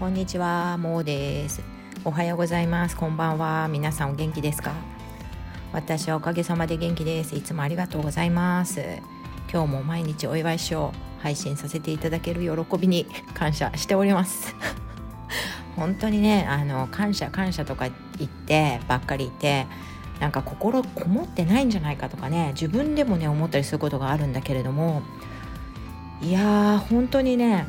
こんにちは、もーです。おはようございます。こんばんは。皆さんお元気ですか？私はおかげさまで元気です。いつもありがとうございます。今日も毎日お祝いしよう配信させていただける喜びに感謝しております本当にね、感謝とか言ってばっかりいて、なんか心こもってないんじゃないかとかね、自分でもね思ったりすることがあるんだけれども、いやー本当にね、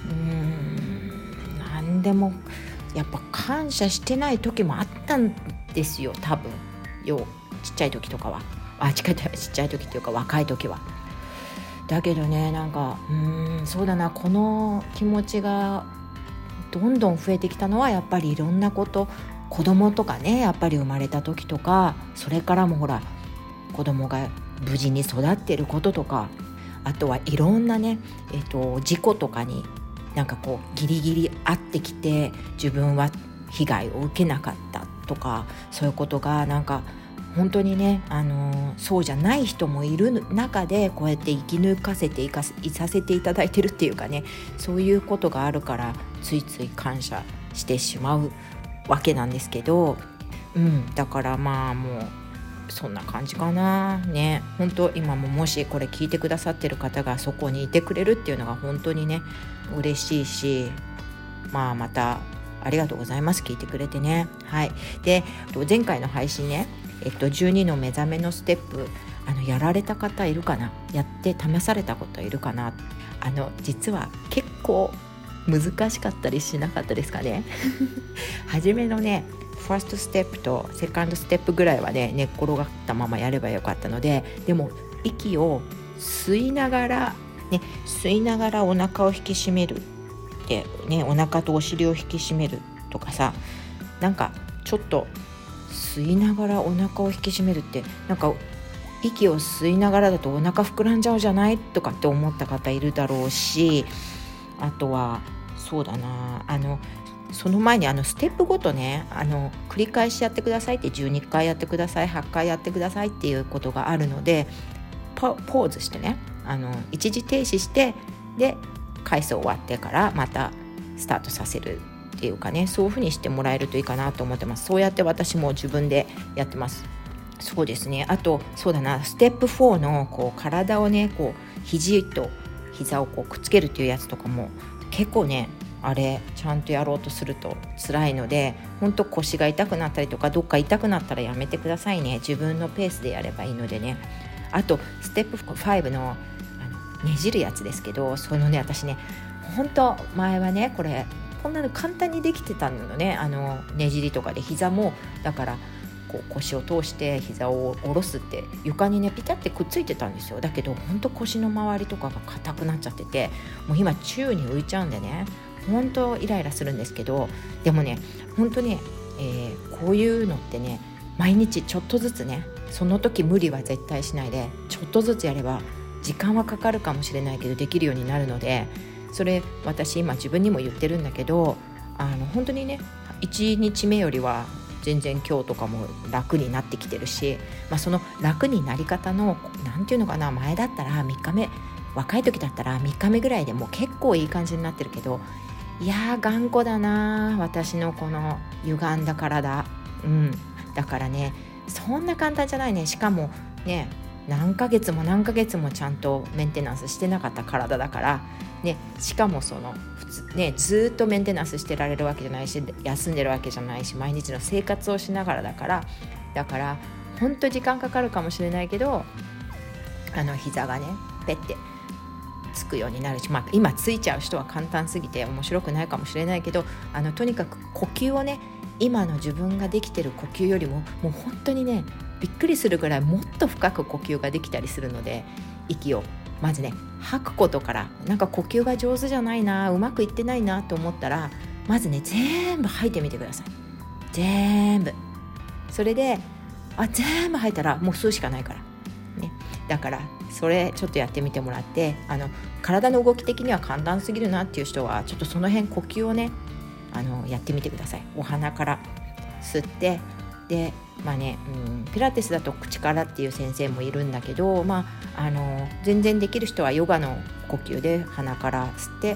何でもやっぱ感謝してない時もあったんですよ、多分ちっちゃい時とかはちっちゃい時っていうか若い時は。だけどね、なんかそうだな、この気持ちがどんどん増えてきたのはやっぱりいろんなこと、子供とかね、やっぱり生まれた時とか、それからもほら子供が無事に育っていることとか、あとはいろんなね、事故とかになんかこうギリギリ合ってきて自分は被害を受けなかったとか、そういうことがなんか本当にね、そうじゃない人もいる中でこうやって生き抜かせていさせていただいてるっていうかね、そういうことがあるからついつい感謝してしまうわけなんですけど、だからまあもうそんな感じかなね。本当今もしこれ聞いてくださってる方がそこにいてくれるっていうのが本当にね嬉しいし、またありがとうございます、聞いてくれてね。はい。で、前回の配信ね、12の目覚めのステップ、やられた方いるかな、やって試されたこといるかな。実は結構難しかったりしなかったですかね初めのねファーストステップとセカンドステップぐらいはね寝っ転がったままやればよかったので、でも息を吸いながらお腹を引き締めるでね、お腹とお尻を引き締めるとかさ、なんかちょっと吸いながらお腹を引き締めるって、なんか息を吸いながらだとお腹膨らんじゃうじゃないとかって思った方いるだろうし、あとはそうだな、その前にステップごとね、繰り返しやってくださいって、12回やってください、8回やってくださいっていうことがあるので、ポーズしてね、一時停止して、で回数終わってからまたスタートさせるっていうかね、そういう風にしてもらえるといいかなと思ってます。そうやって私も自分でやってます。そうですね。あとそうだな、ステップ4のこう体をね、こう肘と膝をこうくっつけるっていうやつとかも結構ね、あれちゃんとやろうとすると辛いので、本当腰が痛くなったりとかどっか痛くなったらやめてくださいね。自分のペースでやればいいのでね。あとステップ5のねじるやつですけど、そのね私ね本当前はねこれこんなの簡単にできてたのね、ねじりとかで膝もだからこう腰を通して膝を下ろすって床にねピタってくっついてたんですよ。だけど本当腰の周りとかが硬くなっちゃってて、もう今宙に浮いちゃうんでね、本当イライラするんですけど、でもね本当ね、こういうのってね毎日ちょっとずつね、その時無理は絶対しないでちょっとずつやれば時間はかかるかもしれないけどできるようになるので、それ私今自分にも言ってるんだけど、本当にね1日目よりは全然今日とかも楽になってきてるし、その楽になり方のなんていうのかな、前だったら3日目、若い時だったら3日目ぐらいでもう結構いい感じになってるけど、いやー頑固だな私のこの歪んだ体、だからねそんな簡単じゃないね。しかもね何ヶ月もちゃんとメンテナンスしてなかった体だからね、しかもその普通ねずっとメンテナンスしてられるわけじゃないし、休んでるわけじゃないし、毎日の生活をしながらだから本当時間かかるかもしれないけど、膝がねペッてつくようになるし、今ついちゃう人は簡単すぎて面白くないかもしれないけど、とにかく呼吸をね、今の自分ができてる呼吸よりももう本当にねびっくりするぐらいもっと深く呼吸ができたりするので、息をまずね吐くことから、なんか呼吸が上手じゃないな、うまくいってないなと思ったら、まずね全部吐いてみてください。全部。それで全部吐いたらもう吸うしかないからね。だからそれちょっとやってみてもらって、体の動き的には簡単すぎるなっていう人はちょっとその辺呼吸をねやってみてください。お鼻から吸って、でピラティスだと口からっていう先生もいるんだけど、全然できる人はヨガの呼吸で鼻から吸って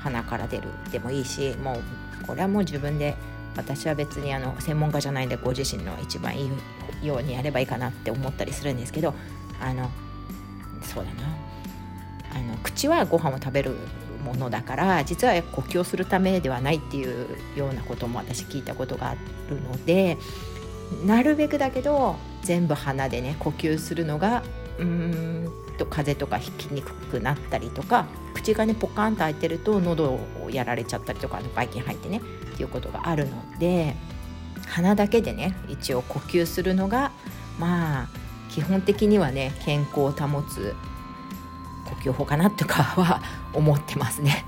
鼻から出るでもいいし、もうこれはもう自分で、私は別に専門家じゃないんでご自身の一番いいようにやればいいかなって思ったりするんですけど、そうだな、口はご飯を食べるものだから、実は呼吸をするためではないっていうようなことも私聞いたことがあるので、なるべくだけど全部鼻でね呼吸するのが風邪とかひきにくくなったりとか、口がねポカンと開いてると喉をやられちゃったりとか、ばい菌入ってねっていうことがあるので、鼻だけでね一応呼吸するのがまあ基本的にはね健康を保つ呼吸法かなとかは思ってますね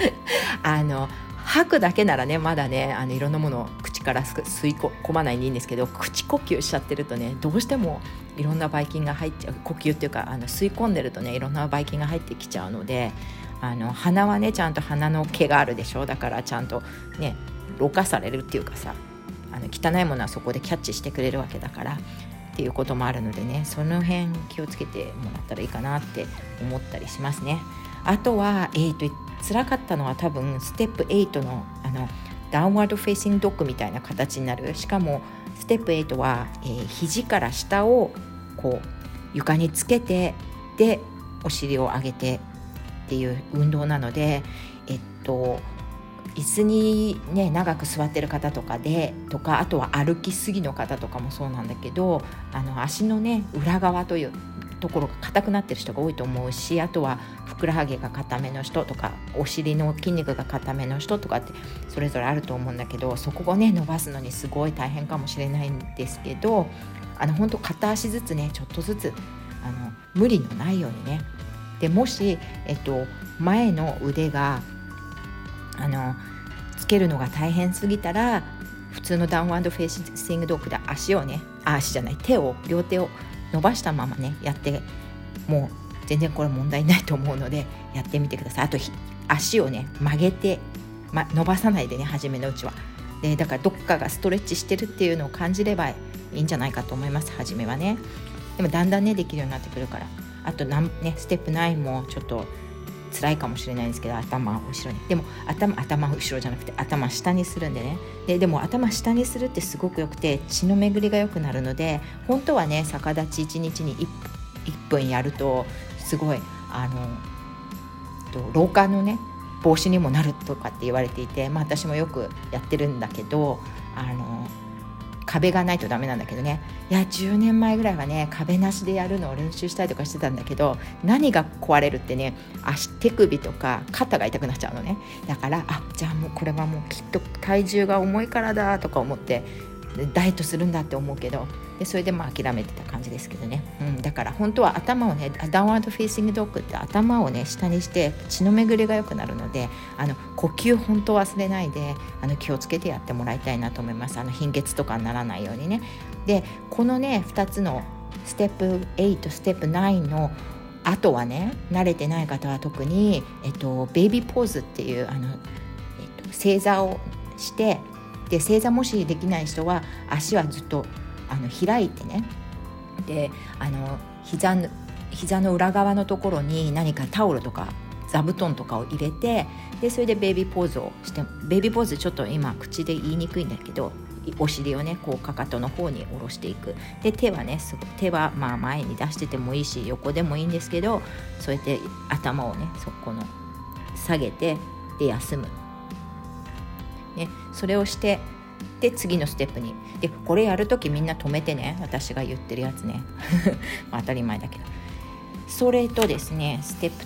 吐くだけならねまだねいろんなものを口から吸い込まないでいいんですけど、口呼吸しちゃってるとねどうしてもいろんなばい菌が入っちゃう、呼吸っていうか吸い込んでるとねいろんなばい菌が入ってきちゃうので、鼻はねちゃんと鼻の毛があるでしょ、だからちゃんとねろ過されるっていうかさ、汚いものはそこでキャッチしてくれるわけだからっていうこともあるのでね、その辺気をつけてもらったらいいかなって思ったりしますね。あとは辛かったのは多分ステップ8のダウンワードフェイシングドッグみたいな形になる。しかもステップ8は、肘から下をこう床につけて、でお尻を上げてっていう運動なので、椅子にね長く座ってる方とかあとは歩きすぎの方とかもそうなんだけど、足のね裏側というところが硬くなってる人が多いと思うし、あとはふくらはぎが硬めの人とかお尻の筋肉が硬めの人とかってそれぞれあると思うんだけど、そこをね伸ばすのにすごい大変かもしれないんですけど、本当片足ずつねちょっとずつ無理のないようにね。でもし、前の腕がつけるのが大変すぎたら、普通のダウンワードフェイシングドッグで両手を伸ばしたままねやって、もう全然これ問題ないと思うのでやってみてください。あと足をね曲げて、伸ばさないでね初めのうちは。でだからどっかがストレッチしてるっていうのを感じればいいんじゃないかと思います、初めはね。でもだんだんねできるようになってくるから。あとステップ9もちょっと辛いかもしれないんですけど、頭を後ろに、でも頭を後ろじゃなくて頭下にするんでね。でも頭下にするってすごくよくて血の巡りが良くなるので、本当はね逆立ち1日に 1分やるとすごい老化のね防止にもなるとかって言われていて、私もよくやってるんだけど、壁がないとダメなんだけどね。いや10年前ぐらいはね壁なしでやるのを練習したりとかしてたんだけど、何が壊れるってね手首とか肩が痛くなっちゃうのね。だからじゃあもうこれはもうきっと体重が重いからだとか思ってダイエットするんだって思うけど、それで諦めてた感じですけどね、だから本当は頭をねダウンワードフェイシングドッグって頭をね下にして血の巡りが良くなるので、呼吸本当忘れないで気をつけてやってもらいたいなと思います。貧血とかにならないようにね。でこのね2つのステップ8ステップ9のあとはね慣れてない方は特に、ベイビーポーズっていう正座をして、で正座もしできない人は足はずっと開いてね、で膝の裏側のところに何かタオルとか座布団とかを入れて、でそれでベイビーポーズをして、ベイビーポーズちょっと今口で言いにくいんだけど、お尻をねこうかかとの方に下ろしていく。で手は前に出しててもいいし横でもいいんですけど、そうやって頭をねそこの下げてで休む、ね、それをして、で次のステップに、でこれやるときみんな止めてね、私が言ってるやつね当たり前だけど。それとですねステップ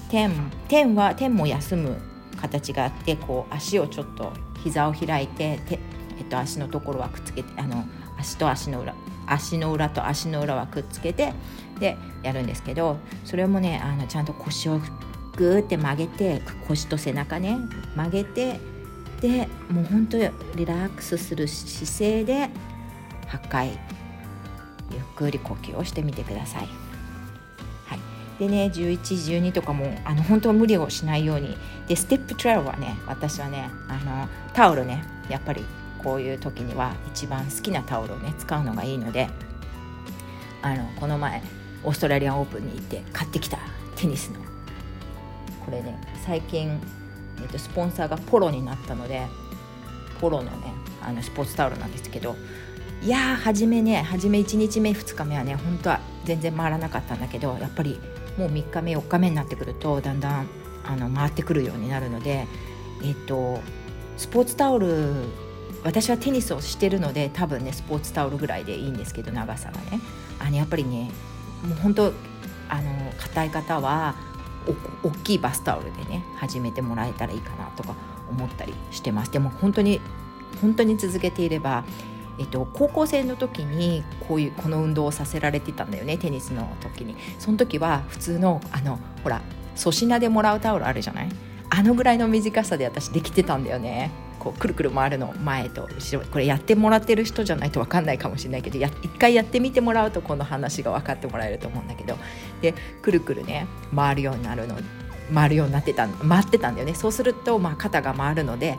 10も休む形があって、こう足をちょっと膝を開いて足のところはくっつけて、足の裏と足の裏はくっつけてでやるんですけど、それもねちゃんと腰をグーって曲げて、腰と背中ね曲げて、でもう本当にリラックスする姿勢で8回ゆっくり呼吸をしてみてください。はい、でね11、12とかも本当は無理をしないように。でステップ12はね、私はねタオルね、やっぱりこういう時には一番好きなタオルをね使うのがいいので、この前オーストラリアンオープンに行って買ってきたテニスのこれね、最近スポンサーがポロになったので、ポロのねスポーツタオルなんですけど、いやー初め1日目2日目はね本当は全然回らなかったんだけど、やっぱりもう3日目4日目になってくるとだんだん回ってくるようになるので、スポーツタオル、私はテニスをしてるので多分ねスポーツタオルぐらいでいいんですけど、長さがねやっぱりねもう本当硬い方は大きいバスタオルでね始めてもらえたらいいかなとか思ったりしてます。でも本当に続けていれば、高校生の時にこの運動をさせられてたんだよね、テニスの時に。その時は普通のほら粗品でもらうタオルあるじゃない、ぐらいの短さで私できてたんだよね。こうくるくる回るの前と後ろ、これやってもらってる人じゃないと分かんないかもしれないけど、一回やってみてもらうとこの話が分かってもらえると思うんだけど、でくるくるね回ってたんだよね。そうすると肩が回るので、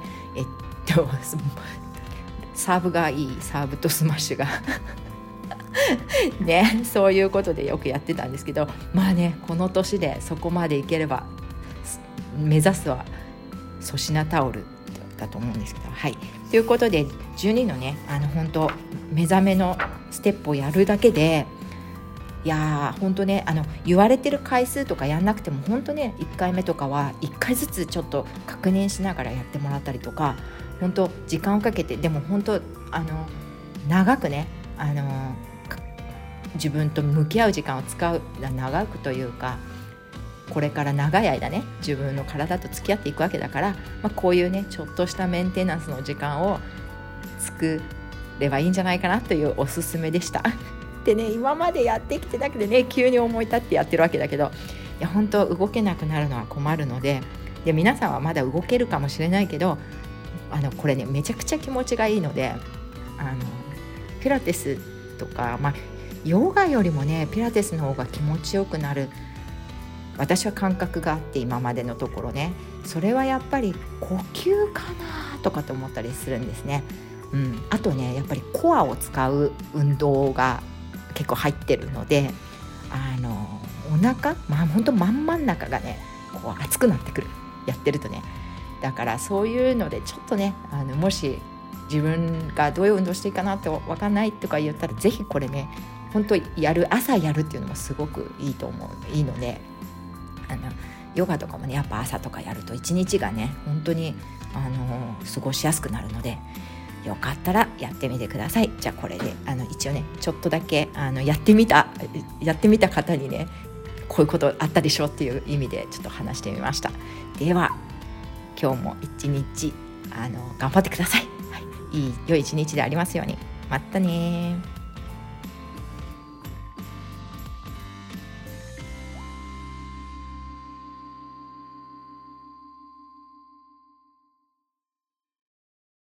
サーブがいい、サーブとスマッシュがね、そういうことでよくやってたんですけど、この年でそこまでいければ目指すは粗品タオルだと思うんですけど、ということで12のね本当目覚めのステップをやるだけで、いや本当ね言われてる回数とかやんなくても、本当ね1回目とかは1回ずつちょっと確認しながらやってもらったりとか、本当時間をかけて、でも本当長くね自分と向き合う時間を長くというか、これから長い間ね自分の体と付き合っていくわけだから、こういうねちょっとしたメンテナンスの時間を作ればいいんじゃないかなというおすすめでした。でね、今までやってきてだけでね急に思い立ってやってるわけだけど、いや本当動けなくなるのは困るので、皆さんはまだ動けるかもしれないけど、これねめちゃくちゃ気持ちがいいので、ピラティスとか、ヨガよりもねピラティスの方が気持ちよくなる、私は感覚があって、今までのところね、それはやっぱり呼吸かなとかと思ったりするんですね。あとねやっぱりコアを使う運動が結構入ってるので、お腹本当真ん中がねこう熱くなってくる、やってるとね。だからそういうのでちょっとねもし自分がどういう運動していいかなって分かんないとか言ったら、ぜひこれね本当朝やるっていうのもすごくいいので、ヨガとかもねやっぱ朝とかやると一日がね本当に過ごしやすくなるので、よかったらやってみてください。じゃあこれで一応ねちょっとだけやってみた方にねこういうことあったでしょっていう意味でちょっと話してみました。では今日も一日頑張ってください。良い一日でありますように。またね。